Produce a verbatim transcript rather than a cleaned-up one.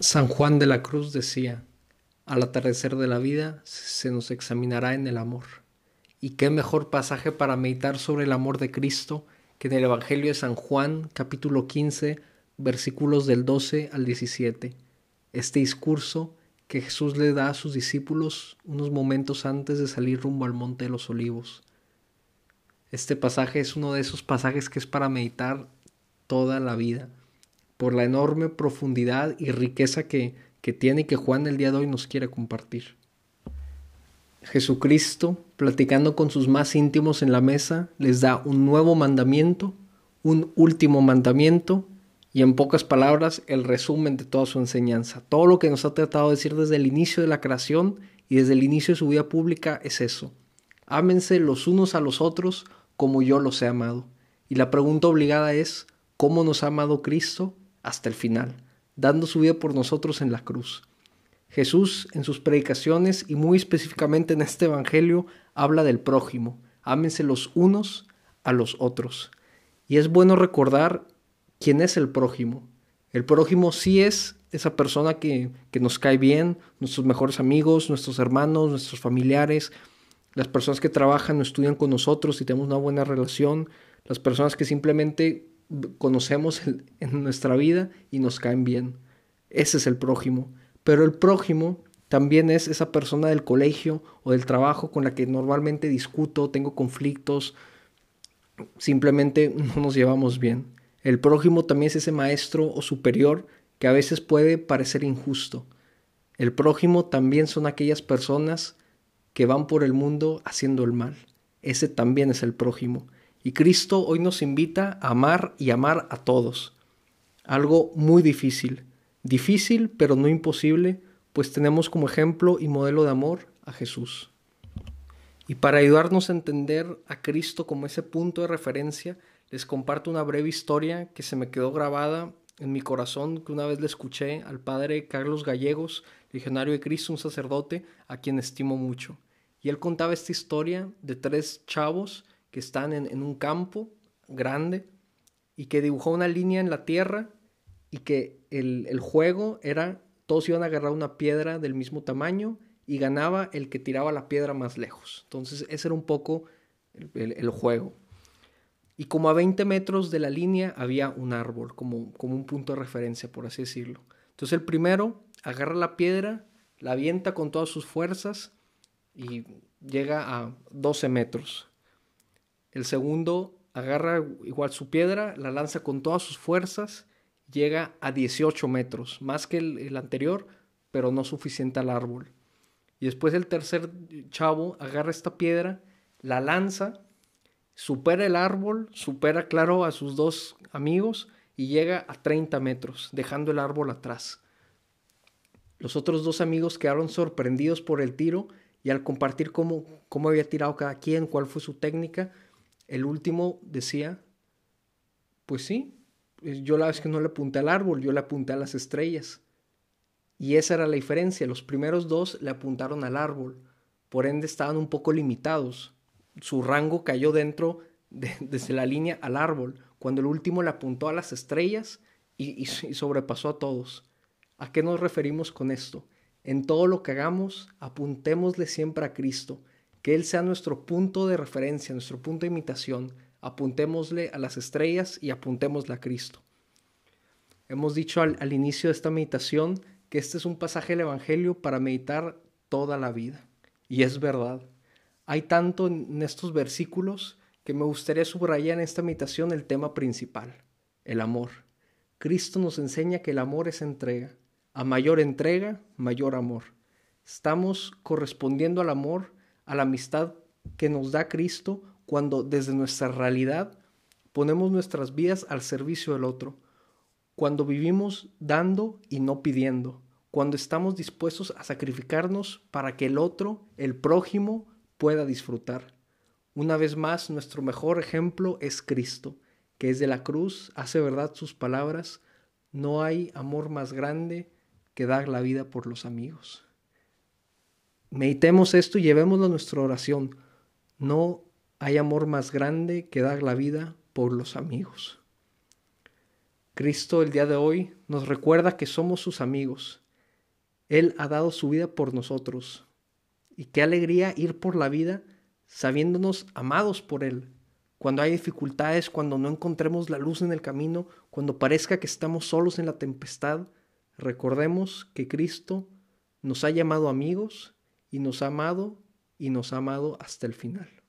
San Juan de la Cruz decía: al atardecer de la vida se nos examinará en el amor. Y qué mejor pasaje para meditar sobre el amor de Cristo que en el Evangelio de San Juan, capítulo quince, versículos del doce al diecisiete. Este discurso que Jesús le da a sus discípulos unos momentos antes de salir rumbo al Monte de los Olivos. Este pasaje es uno de esos pasajes que es para meditar toda la vida, por la enorme profundidad y riqueza que, que tiene y que Juan el día de hoy nos quiere compartir. Jesucristo, platicando con sus más íntimos en la mesa, les da un nuevo mandamiento, un último mandamiento y, en pocas palabras, el resumen de toda su enseñanza. Todo lo que nos ha tratado de decir desde el inicio de la creación y desde el inicio de su vida pública es eso: ámense los unos a los otros como yo los he amado. Y la pregunta obligada es: ¿cómo nos ha amado Cristo? Hasta el final, dando su vida por nosotros en la cruz. Jesús, en sus predicaciones y muy específicamente en este evangelio, habla del prójimo. Ámense los unos a los otros. Y es bueno recordar quién es el prójimo. El prójimo sí es esa persona que, que nos cae bien, nuestros mejores amigos, nuestros hermanos, nuestros familiares, las personas que trabajan o estudian con nosotros y tenemos una buena relación, las personas que simplemente conocemos en nuestra vida y nos caen bien. Ese es el prójimo. Pero el prójimo también es esa persona del colegio o del trabajo con la que normalmente discuto, tengo conflictos, simplemente no nos llevamos bien. El prójimo también es ese maestro o superior que a veces puede parecer injusto. El prójimo también son aquellas personas que van por el mundo haciendo el mal. Ese también es el prójimo. Y Cristo hoy nos invita a amar y amar a todos. Algo muy difícil. Difícil, pero no imposible, pues tenemos como ejemplo y modelo de amor a Jesús. Y para ayudarnos a entender a Cristo como ese punto de referencia, les comparto una breve historia que se me quedó grabada en mi corazón, que una vez le escuché al padre Carlos Gallegos, legionario de Cristo, un sacerdote a quien estimo mucho. Y él contaba esta historia de tres chavos que están en, en un campo grande y que dibujó una línea en la tierra y que el, el juego era, todos iban a agarrar una piedra del mismo tamaño y ganaba el que tiraba la piedra más lejos. Entonces ese era un poco el, el, el juego. Y como a veinte metros de la línea había un árbol, como, como un punto de referencia, por así decirlo. Entonces el primero agarra la piedra, la avienta con todas sus fuerzas y llega a doce metros. El segundo agarra igual su piedra, la lanza con todas sus fuerzas, llega a dieciocho metros, más que el, el anterior, pero no suficiente al árbol. Y después el tercer chavo agarra esta piedra, la lanza, supera el árbol, supera, claro, a sus dos amigos y llega a treinta metros, dejando el árbol atrás. Los otros dos amigos quedaron sorprendidos por el tiro y al compartir cómo, cómo había tirado cada quien, cuál fue su técnica, el último decía: pues sí, yo la vez que no le apunté al árbol, yo le apunté a las estrellas. Y esa era la diferencia. Los primeros dos le apuntaron al árbol, por ende estaban un poco limitados. Su rango cayó dentro de, desde la línea al árbol, cuando el último le apuntó a las estrellas y, y, y sobrepasó a todos. ¿A qué nos referimos con esto? En todo lo que hagamos, apuntémosle siempre a Cristo, que Él sea nuestro punto de referencia, nuestro punto de imitación. Apuntémosle a las estrellas y apuntémosle a Cristo. Hemos dicho al, al inicio de esta meditación que este es un pasaje del Evangelio para meditar toda la vida. Y es verdad. Hay tanto en estos versículos que me gustaría subrayar en esta meditación el tema principal: el amor. Cristo nos enseña que el amor es entrega. A mayor entrega, mayor amor. Estamos correspondiendo al amor, a la amistad que nos da Cristo, cuando desde nuestra realidad ponemos nuestras vidas al servicio del otro, cuando vivimos dando y no pidiendo, cuando estamos dispuestos a sacrificarnos para que el otro, el prójimo, pueda disfrutar. Una vez más, nuestro mejor ejemplo es Cristo, que desde la cruz hace verdad sus palabras: no hay amor más grande que dar la vida por los amigos. Meditemos esto y llevémoslo a nuestra oración. No hay amor más grande que dar la vida por los amigos. Cristo el día de hoy nos recuerda que somos sus amigos. Él ha dado su vida por nosotros. Y qué alegría ir por la vida sabiéndonos amados por Él. Cuando hay dificultades, cuando no encontremos la luz en el camino, cuando parezca que estamos solos en la tempestad, recordemos que Cristo nos ha llamado amigos y nos ha amado y nos ha amado hasta el final.